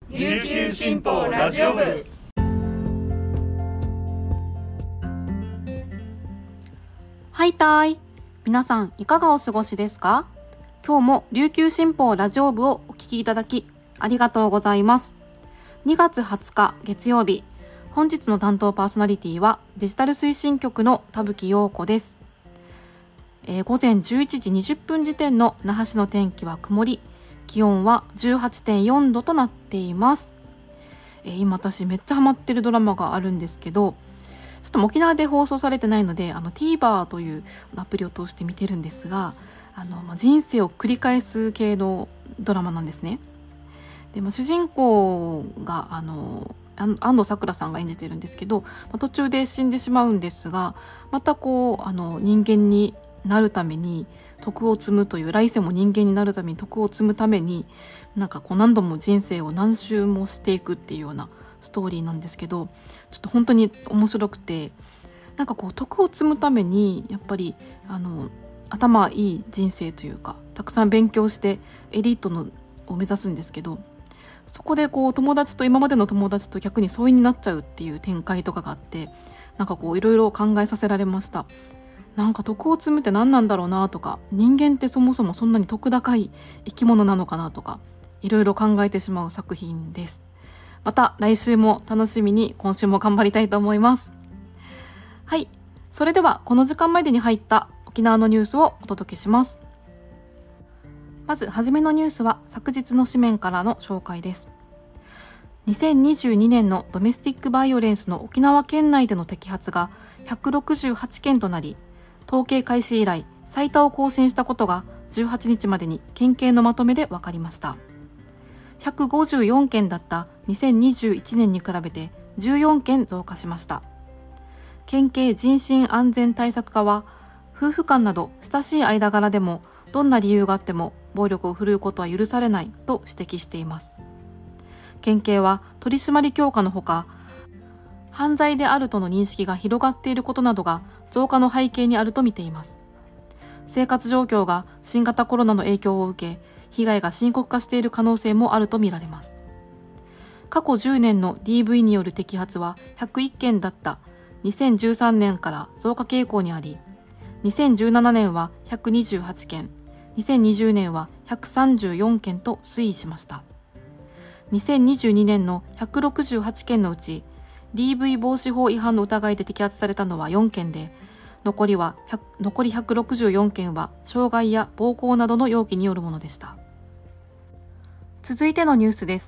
琉球新報ラジオ部。 はいたい、皆さんいかがお過ごしですか？今日も琉球新報ラジオ部をお聞きいただきありがとうございます。2月20日月曜日、本日の担当パーソナリティはデジタル推進局の田吹陽子です。午前11時20分時点の那覇市の天気は曇り、気温は 18.4 度となっています。今私めっちゃハマってるドラマがあるんですけど、ちょっと沖縄で放送されてないのでTVer というアプリを通して見てるんですが、人生を繰り返す系のドラマなんですね。で、主人公が安藤サクラさんが演じてるんですけど、途中で死んでしまうんですが、また人間になるために徳を積むという、来世も人間になるために徳を積むために何度も人生を何周もしていくっていうようなストーリーなんですけど、ちょっと本当に面白くて、徳を積むためにやっぱり頭いい人生というか、たくさん勉強してエリートを目指すんですけど、そこで今までの友達と逆に疎遠になっちゃうっていう展開とかがあって、いろいろ考えさせられました。徳を積むって何なんだろうなとか、人間ってそもそもそんなに徳高い生き物なのかなとか、いろいろ考えてしまう作品です。また来週も楽しみに今週も頑張りたいと思います。はい、それではこの時間までに入った沖縄のニュースをお届けします。まずはじめのニュースは昨日の紙面からの紹介です。2022年のドメスティックバイオレンスの沖縄県内での摘発が168件となり、統計開始以来最多を更新したことが18日までに県警のまとめで分かりました。154件だった2021年に比べて14件増加しました。県警人身安全対策課は、夫婦間など親しい間柄でもどんな理由があっても暴力を振るうことは許されないと指摘しています。県警は取り締まり強化のほか、犯罪であるとの認識が広がっていることなどが増加の背景にあると見ています。生活状況が新型コロナの影響を受け、被害が深刻化している可能性もあるとみられます。過去10年の DV による摘発は101件だった2013年から増加傾向にあり、2017年は128件、2020年は134件と推移しました。2022年の168件のうち、DV 防止法違反の疑いで摘発されたのは4件で、残り164件は傷害や暴行などの容疑によるものでした。続いてのニュースです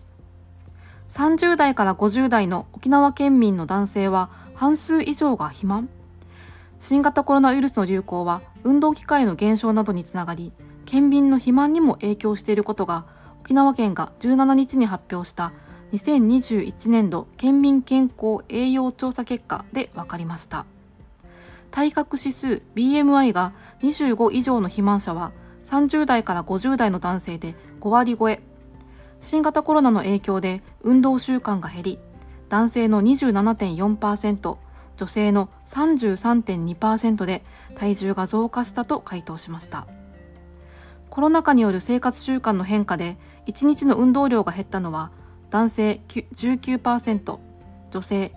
。30代から50代の沖縄県民の男性は半数以上が肥満。新型コロナウイルスの流行は運動機会の減少などにつながり、県民の肥満にも影響していることが沖縄県が17日に発表した2021年度県民健康栄養調査結果で分かりました。体格指数 BMI が25以上の肥満者は30代から50代の男性で5割超え。新型コロナの影響で運動習慣が減り、男性の 27.4%、女性の 33.2% で体重が増加したと回答しました。コロナ禍による生活習慣の変化で1日の運動量が減ったのは男性 19%、女性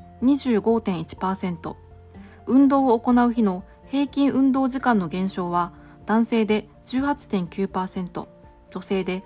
25.1%、運動を行う日の平均運動時間の減少は男性で 18.9%、女性で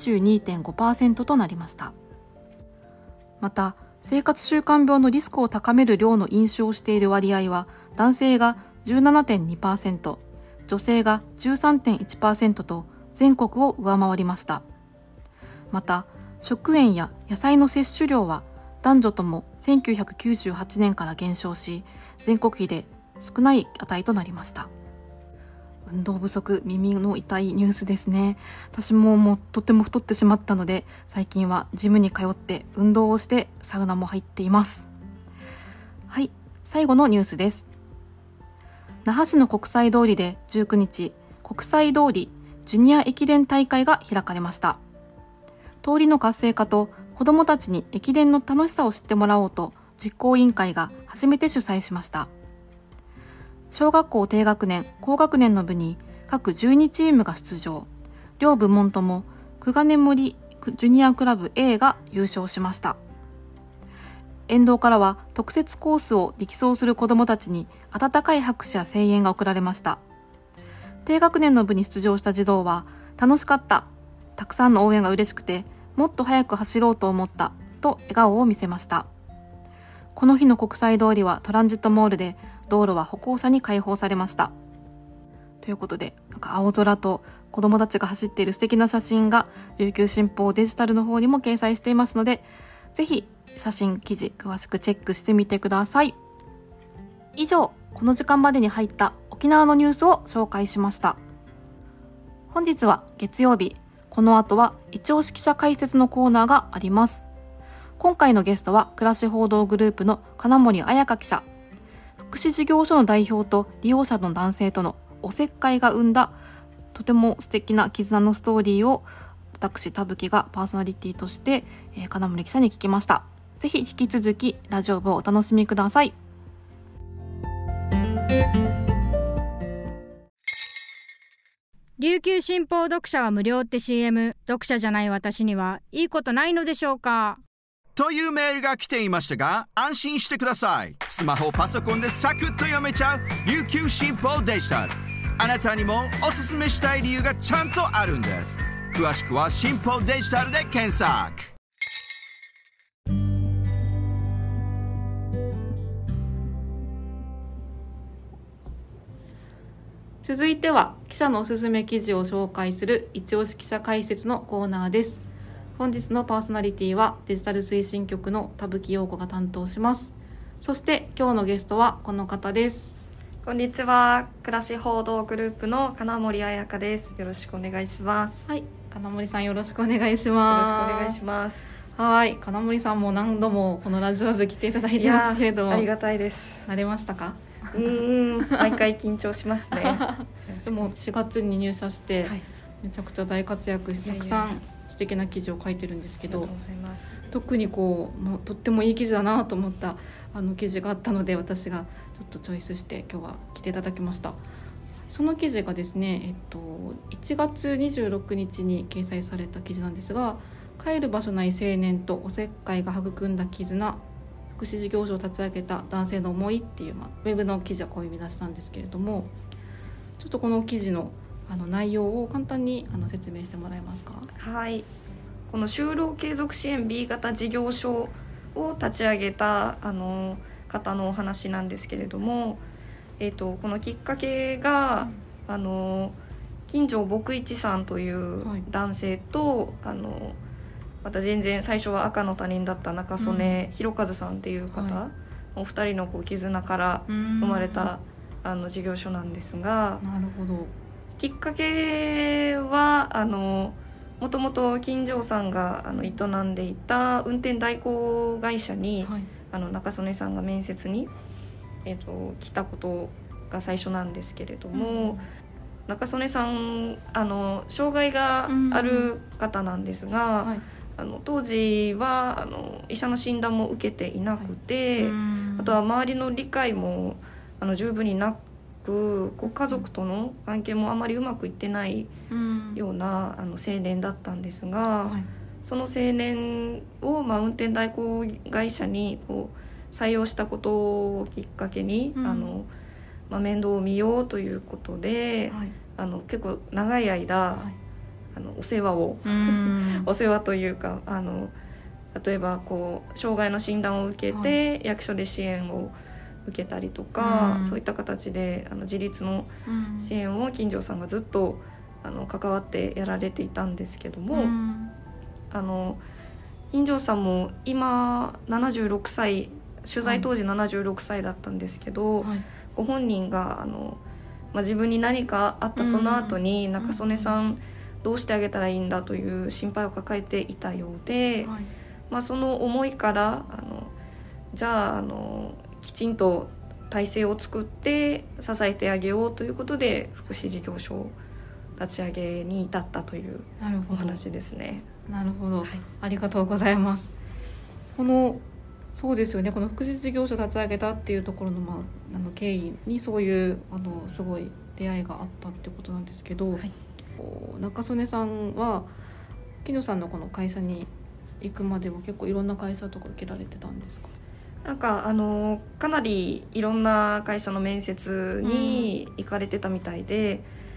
22.5% となりました。また、生活習慣病のリスクを高める量の飲酒をしている割合は男性が 17.2%、女性が 13.1% と全国を上回りました。また、食塩や野菜の摂取量は男女とも1998年から減少し、全国比で少ない値となりました。運動不足、耳の痛いニュースですね。私もとっても太ってしまったので、最近はジムに通って運動をしてサウナも入っています。はい、最後のニュースです。那覇市の国際通りで19日、国際通りジュニア駅伝大会が開かれました。通りの活性化と子どもたちに駅伝の楽しさを知ってもらおうと、実行委員会が初めて主催しました。小学校低学年、高学年の部に各12チームが出場。両部門ともジュニアクラブ A が優勝しました。沿道からは特設コースを力走する子どもたちに温かい拍手や声援が送られました。低学年の部に出場した児童は、楽しかった、たくさんの応援が嬉しくて、もっと早く走ろうと思ったと笑顔を見せました。この日の国際通りはトランジットモールで、道路は歩行者に開放されました。ということで、青空と子どもたちが走っている素敵な写真が琉球新報デジタルの方にも掲載していますので、ぜひ写真記事詳しくチェックしてみてください。以上、この時間までに入った沖縄のニュースを紹介しました。本日は月曜日、この後は一押し記者解説のコーナーがあります。今回のゲストは暮らし報道グループの金森彩香記者。福祉事業所の代表と利用者の男性とのおせっかいが生んだとても素敵な絆のストーリーを、私田吹がパーソナリティとして、金森記者に聞きました。ぜひ引き続きラジオ部をお楽しみください。 琉球新報読者は無料って CM、 読者じゃない私にはいいことないのでしょうかというメールが来ていましたが、安心してください。スマホパソコンでサクッと読めちゃう琉球新報デジタル。あなたにもおすすめしたい理由がちゃんとあるんです。詳しくは新報デジタルで検索。 続いては記者のおすすめ記事を紹介する一押し記者解説のコーナーです。本日のパーソナリティはデジタル推進局の田吹陽子が担当します。そして今日のゲストはこの方です。 こんにちは、暮らし報道グループの金森彩香です。よろしくお願いします。 はい、金森さんよろしくお願いします。 よろしくお願いします。 はい、金森さんも何度もこのラジオ部来ていただいてますけれども、 ありがたいです。 慣れましたか？ 毎回緊張しますね。 でも4月に入社して、 はい、 めちゃくちゃ大活躍して、たくさん素敵な記事を書いてるんですけど、 ありがとうございます。 特にもうとってもいい記事だなと思った記事があったので、私がちょっとチョイスして今日は来ていただきました。その記事がですね、1月26日に掲載された記事なんですが、帰る場所ない青年とおせっかいが育んだ絆、福祉事業所を立ち上げた男性の思いっていう、ウェブの記事はこういう見出しなんですけれども、ちょっとこの記事の内容を簡単に説明してもらえますか？ はい、この就労継続支援 B 型事業所を立ち上げた方のお話なんですけれども、このきっかけが、金城牧一さんという男性と、また全然最初は赤の他人だった中曽根弘和さんっていう方、お二人の絆から生まれた事業所なんですが、 なるほど。 きっかけはもともと金城さんが営んでいた運転代行会社に、中曽根さんが面接に、来たことが最初なんですけれども、中曽根さん障害がある方なんですが、当時は医者の診断も受けていなくて、あとは周りの理解も十分になく、家族との関係もあまりうまくいってないような青年だったんですが、その青年を、運転代行会社に採用したことをきっかけに、面倒を見ようということで、結構長い間、お世話をお世話というか例えば障害の診断を受けて、役所で支援を受けたりとか、そういった形で自立の支援を金城さんがずっと関わってやられていたんですけども、金城さんも今76歳、取材当時76歳だったんですけど、ご本人が自分に何かあったその後に中曽根さんどうしてあげたらいいんだという心配を抱えていたようで、その思いからじゃあきちんと体制を作って支えてあげようということで福祉事業所を立ち上げに至ったというお話ですね。 なるほど、ありがとうございます。そうですよね、この福祉事業所を立ち上げたっていうところの、経緯にそういうすごい出会いがあったってことなんですけど、中曽根さんは金城さんのこの会社に行くまでは結構いろんな会社とか受けられてたんですか？ なんかかなりいろんな会社の面接に行かれてたみたいで、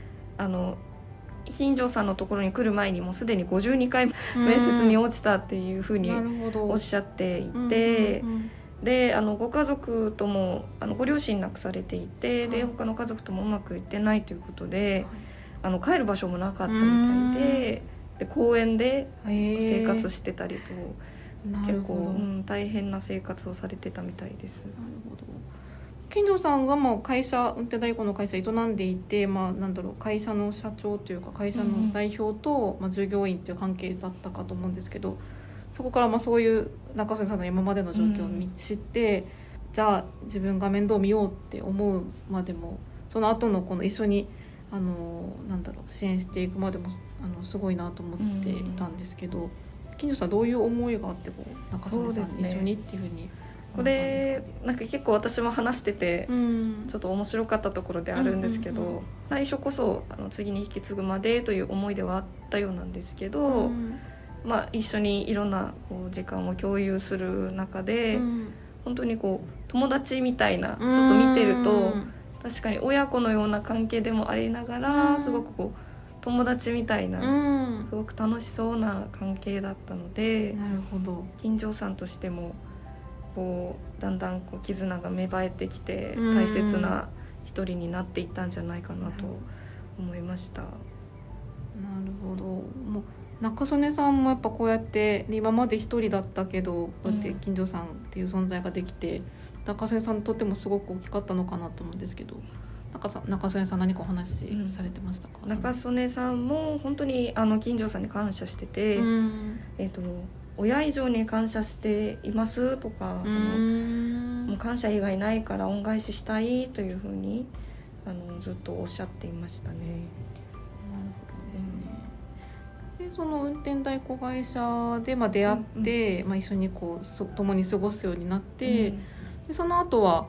金城さんのところに来る前にもうすでに52回面接に落ちたっていうふうにおっしゃっていて、でご家族ともご両親亡くされていて、で他の家族ともうまくいってないということで、帰る場所もなかったみたいで、公園で生活してたりと結構、大変な生活をされてたみたいです。 なるほど。金城さんがもう会社運転代行の会社営んでいて、会社の社長というか会社の代表と、従業員という関係だったかと思うんですけど、そこからそういう中曽さんの今までの状況を知って、じゃあ自分が面倒見ようって思うまでも、その後のこの一緒に支援していくまでもすごいなと思っていたんですけど、金城さんどういう思いがあって中曽さんに一緒にっていうふうにこれなんか結構私も話してて、ちょっと面白かったところであるんですけど、最初こそ次に引き継ぐまでという思いではあったようなんですけど、一緒にいろんな時間を共有する中で、本当に友達みたいな、ちょっと見てると確かに親子のような関係でもありながら、すごく友達みたいな、すごく楽しそうな関係だったので、 なるほど。 金城さんとしてもだんだん絆が芽生えてきて、大切な一人になっていったんじゃないかなと思いました。 なるほど。もう中曽根さんもやっぱこうやって今まで一人だったけど、こうやって金城さんっていう存在ができて、中曽根さんにとってもすごく大きかったのかなと思うんですけど、中曽根さん何かお話しされてましたか？ 中曽根さんも本当に金城さんに感謝してて、親以上に感謝していますとか、もう感謝以外ないから恩返ししたいというふうにずっとおっしゃっていましたね。 なるほどですね。でその運転代行会社で出会って、一緒に共に過ごすようになって、でその後は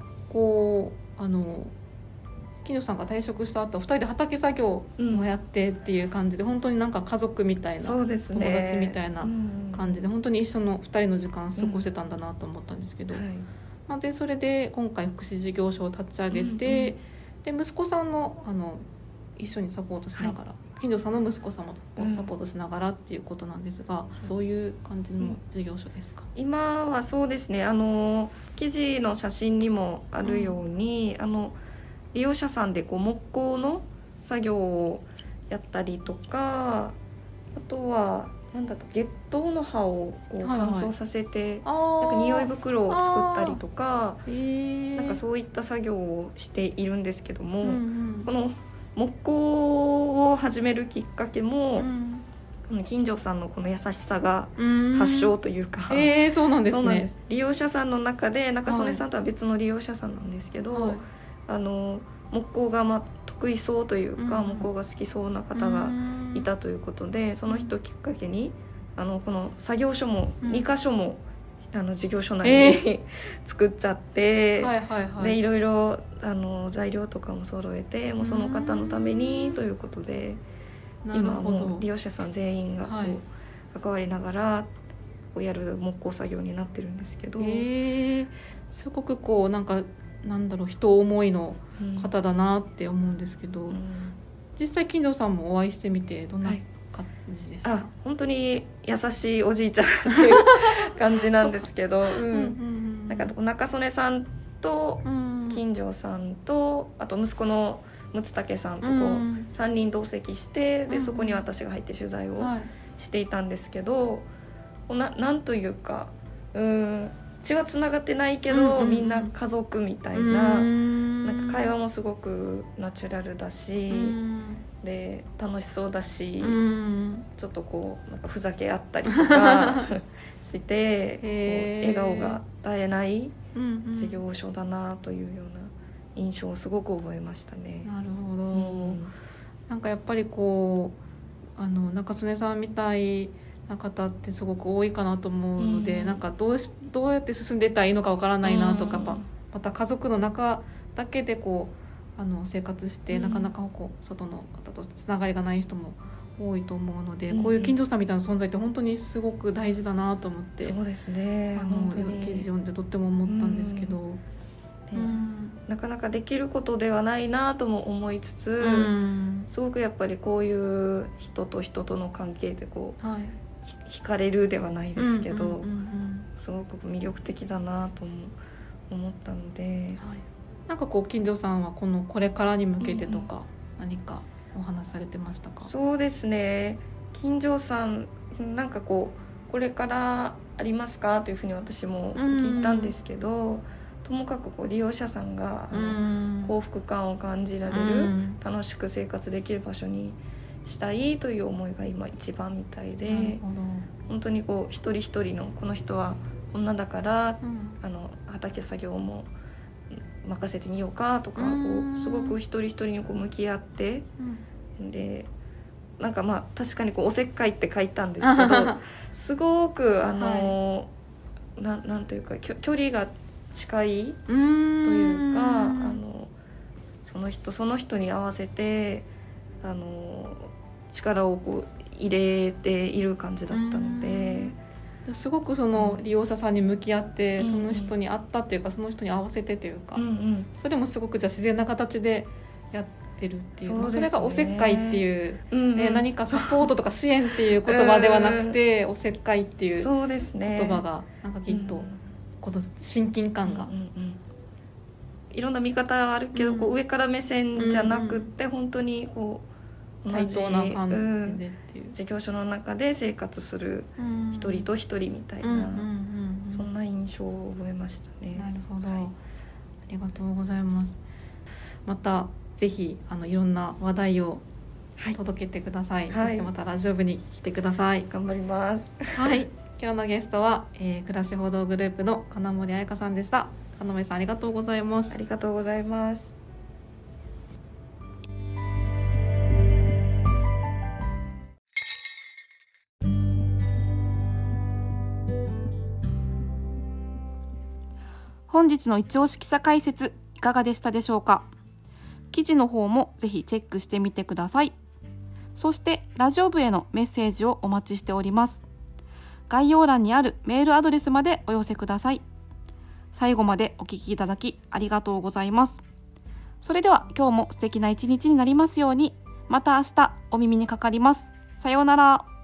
金城さんが退職した後2人で畑作業をやってっていう感じで、本当になんか家族みたいな、友達みたいな感じで、本当に一緒の2人の時間過ごしてたんだなと思ったんですけど、でそれで今回福祉事業所を立ち上げて、で息子さんの一緒にサポートしながら、金城さんの息子さんもサポートしながらっていうことなんですが、どういう感じの事業所ですか？ 今はそうですね、記事の写真にもあるように、利用者さんで木工の作業をやったりとか、あとは月桃の葉を乾燥させて、なんか匂い袋を作ったりとか、なんかそういった作業をしているんですけども、この木工を始めるきっかけも、金城さんのこの優しさが発祥というか、 そうなんですね。 そうなんです。利用者さんの中で中曽根さんとは別の利用者さんなんですけど、木工が得意そうというか、木工が好きそうな方がいたということで、その人きっかけにこの作業所も2箇所も事業所内に作っちゃって、でいろいろ材料とかも揃えて、もうその方のためにということで、今もう利用者さん全員が関わりながらやる木工作業になってるんですけど、 すごく人思いの方だなって思うんですけど、実際金城さんもお会いしてみてどんな感じですか？ 本当に優しいおじいちゃんっていう感じなんですけど、なんか中曽根さんと金城さんと、あと息子の睦武さんと3人同席して、でそこに私が入って取材をしていたんですけど、なんというか血はつながってないけど、みんな家族みたいな、なんか会話もすごくナチュラルだし、で楽しそうだし、ちょっとなんかふざけ合ったりとかして笑顔が絶えない事業所だなというような印象をすごく覚えましたね。 なるほど。なんかやっぱり中曽根さんみたいな方ってすごく多いかなと思うので、なんかどうやって進んでいったらいいのかわからないなとか、また家族の中だけで生活して、なかなか外の方とつながりがない人も多いと思うので、 うんうん、 こういう近所さんみたいな存在って本当にすごく大事だなと思って、 そうですね、本当に記事読んでとっても思ったんですけど、 なかなかできることではないなとも思いつつ、すごくやっぱりこういう人と人との関係ってこう、惹かれるではないですけど、すごく魅力的だなとも思ったので、 なんかこう近所さんはこれからに向けてとか何かお話されてましたか？ そうですね、近所さんなんかこれからありますかというふうに私も聞いたんですけど、ともかく利用者さんが幸福感を感じられる、楽しく生活できる場所にしたいという思いが今一番みたいで、本当に一人一人のこの人はこんなだから、畑作業も任せてみようかとか、すごく一人一人に向き合って、でなんか確かにおせっかいって書いたんですけどすごくなんというか距離が近いというか、その人に合わせて力を入れている感じだったので、 すごく利用者さんに向き合って、その人に合ったっていうかその人に合わせてというか、それもすごくじゃあ自然な形でやってるっていう、それがおせっかいっていう、何かサポートとか支援っていう言葉ではなくて、おせっかいっていう言葉がなんかきっとこの親近感が、 いろんな見方あるけど、上から目線じゃなくって、本当に対等な感じでっていう、 事業所の中で生活する一人と一人みたいな、そんな印象を覚えましたね。 なるほど、ありがとうございます。またぜひいろんな話題を届けてください、そしてまたラジオ部に来てください。 頑張ります。 はい、今日のゲストは、暮らし報道グループの金森彩香さんでした。金森さんありがとうございます。 ありがとうございます。 本日の一押し記者解説いかがでしたでしょうか？記事の方もぜひチェックしてみてください。そしてラジオ部へのメッセージをお待ちしております。概要欄にあるメールアドレスまでお寄せください。最後までお聞きいただきありがとうございます。それでは今日も素敵な一日になりますように。また明日お耳にかかります。さようなら。